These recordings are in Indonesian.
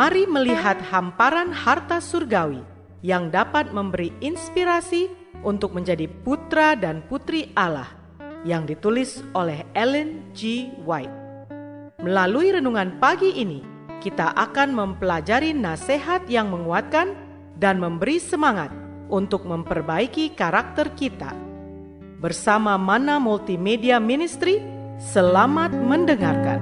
mari melihat hamparan harta surgawi yang dapat memberi inspirasi untuk menjadi putra dan putri Allah, yang ditulis oleh Ellen G. White. Melalui renungan pagi ini, kita akan mempelajari nasihat yang menguatkan dan memberi semangat untuk memperbaiki karakter kita. Bersama Mana Multimedia Ministry, selamat mendengarkan.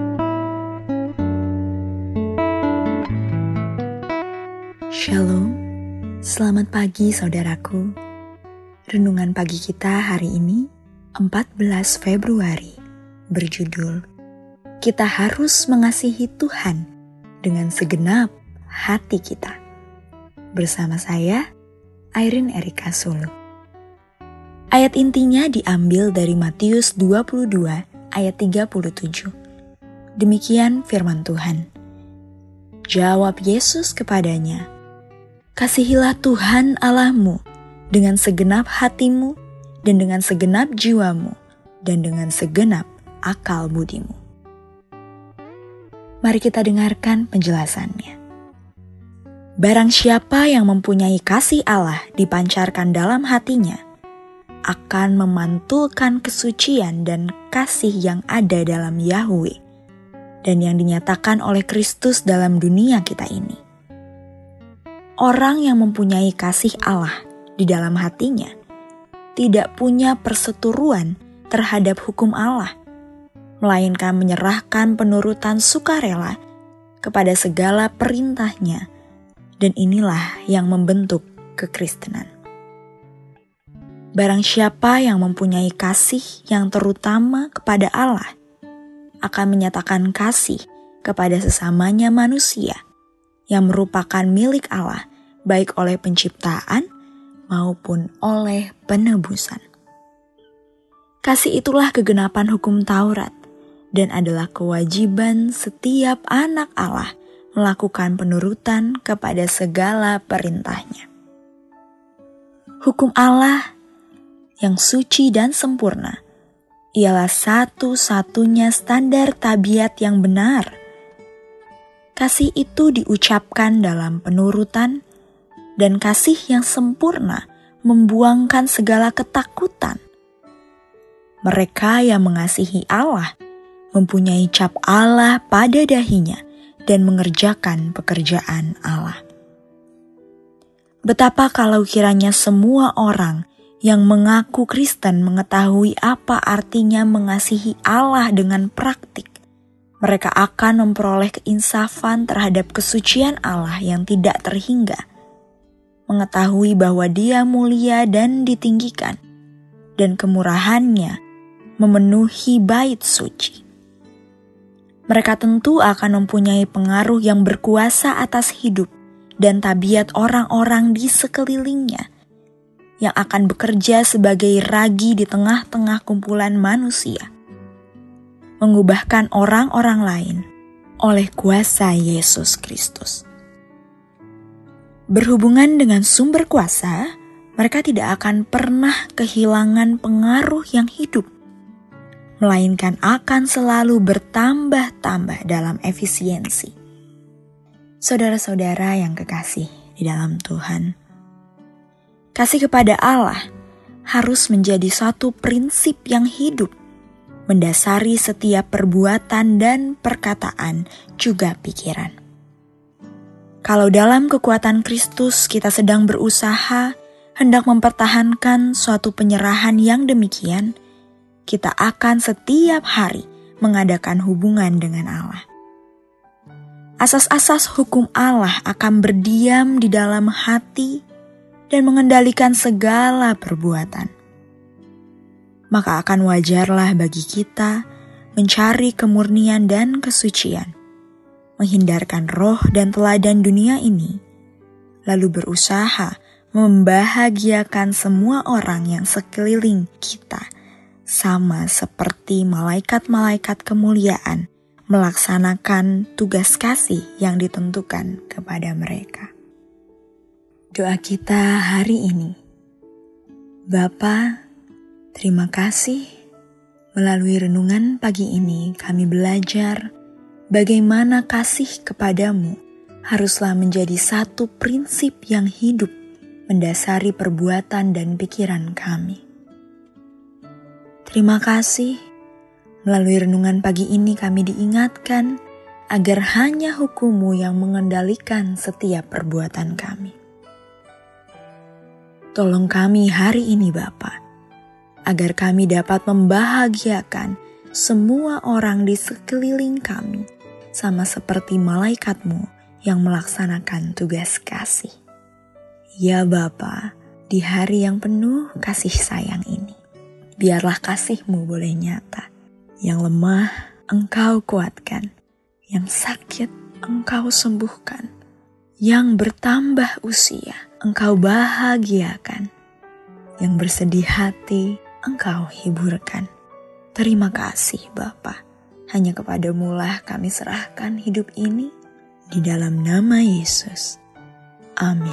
Shalom, selamat pagi saudaraku. Renungan pagi kita hari ini, 14 Februari, berjudul Kita Harus Mengasihi Tuhan dengan Segenap Hati Kita. Bersama saya, Irene Erika Sulu. Ayat intinya diambil dari Matius 22 ayat 37. Demikian firman Tuhan. Jawab Yesus kepadanya, "Kasihilah Tuhan Allahmu dengan segenap hatimu dan dengan segenap jiwamu dan dengan segenap akal budimu." Mari kita dengarkan penjelasannya. Barang siapa yang mempunyai kasih Allah dipancarkan dalam hatinya, akan memantulkan kesucian dan kasih yang ada dalam Yahweh dan yang dinyatakan oleh Kristus dalam dunia kita ini. Orang yang mempunyai kasih Allah di dalam hatinya tidak punya perseteruan terhadap hukum Allah, melainkan menyerahkan penurutan sukarela kepada segala perintahnya, dan inilah yang membentuk kekristenan. Barang siapa yang mempunyai kasih yang terutama kepada Allah, akan menyatakan kasih kepada sesamanya manusia, yang merupakan milik Allah, baik oleh penciptaan maupun oleh penebusan. Kasih itulah kegenapan hukum Taurat, dan adalah kewajiban setiap anak Allah melakukan penurutan kepada segala perintahnya. Hukum Allah yang suci dan sempurna ialah satu-satunya standar tabiat yang benar. Kasih itu diucapkan dalam penurutan, dan kasih yang sempurna membuangkan segala ketakutan. Mereka yang mengasihi Allah mempunyai cap Allah pada dahinya dan mengerjakan pekerjaan Allah. Betapa kalau kiranya semua orang yang mengaku Kristen mengetahui apa artinya mengasihi Allah dengan praktik, mereka akan memperoleh keinsafan terhadap kesucian Allah yang tidak terhingga, mengetahui bahwa Dia mulia dan ditinggikan, dan kemurahannya memenuhi bait suci. Mereka tentu akan mempunyai pengaruh yang berkuasa atas hidup dan tabiat orang-orang di sekelilingnya, yang akan bekerja sebagai ragi di tengah-tengah kumpulan manusia, mengubahkan orang-orang lain oleh kuasa Yesus Kristus. Berhubungan dengan sumber kuasa, mereka tidak akan pernah kehilangan pengaruh yang hidup, melainkan akan selalu bertambah-tambah dalam efisiensi. Saudara-saudara yang kekasih di dalam Tuhan, kasih kepada Allah harus menjadi satu prinsip yang hidup, mendasari setiap perbuatan dan perkataan, juga pikiran. Kalau dalam kekuatan Kristus kita sedang berusaha hendak mempertahankan suatu penyerahan yang demikian, kita akan setiap hari mengadakan hubungan dengan Allah. Asas-asas hukum Allah akan berdiam di dalam hati dan mengendalikan segala perbuatan. Maka akan wajarlah bagi kita mencari kemurnian dan kesucian, menghindarkan roh dan teladan dunia ini, lalu berusaha membahagiakan semua orang yang sekeliling kita, sama seperti malaikat-malaikat kemuliaan melaksanakan tugas kasih yang ditentukan kepada mereka. Doa kita hari ini. Bapa, terima kasih melalui renungan pagi ini kami belajar bagaimana kasih kepadamu haruslah menjadi satu prinsip yang hidup mendasari perbuatan dan pikiran kami. Terima kasih, melalui renungan pagi ini kami diingatkan agar hanya hukum-Mu yang mengendalikan setiap perbuatan kami. Tolong kami hari ini Bapa, agar kami dapat membahagiakan semua orang di sekeliling kami, sama seperti malaikat-Mu yang melaksanakan tugas kasih. Ya Bapa, di hari yang penuh kasih sayang ini, biarlah kasih-Mu boleh nyata. Yang lemah Engkau kuatkan, yang sakit Engkau sembuhkan, yang bertambah usia Engkau bahagiakan, yang bersedih hati Engkau hiburkan. Terima kasih Bapa, hanya kepadamu lah kami serahkan hidup ini, di dalam nama Yesus. Amin.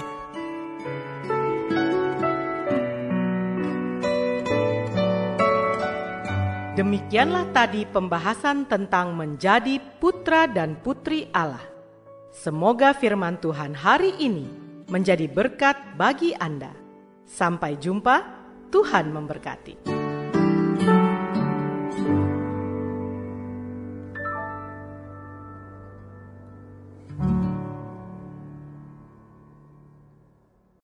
Demikianlah tadi pembahasan tentang menjadi putra dan putri Allah. Semoga firman Tuhan hari ini menjadi berkat bagi Anda. Sampai jumpa, Tuhan memberkati.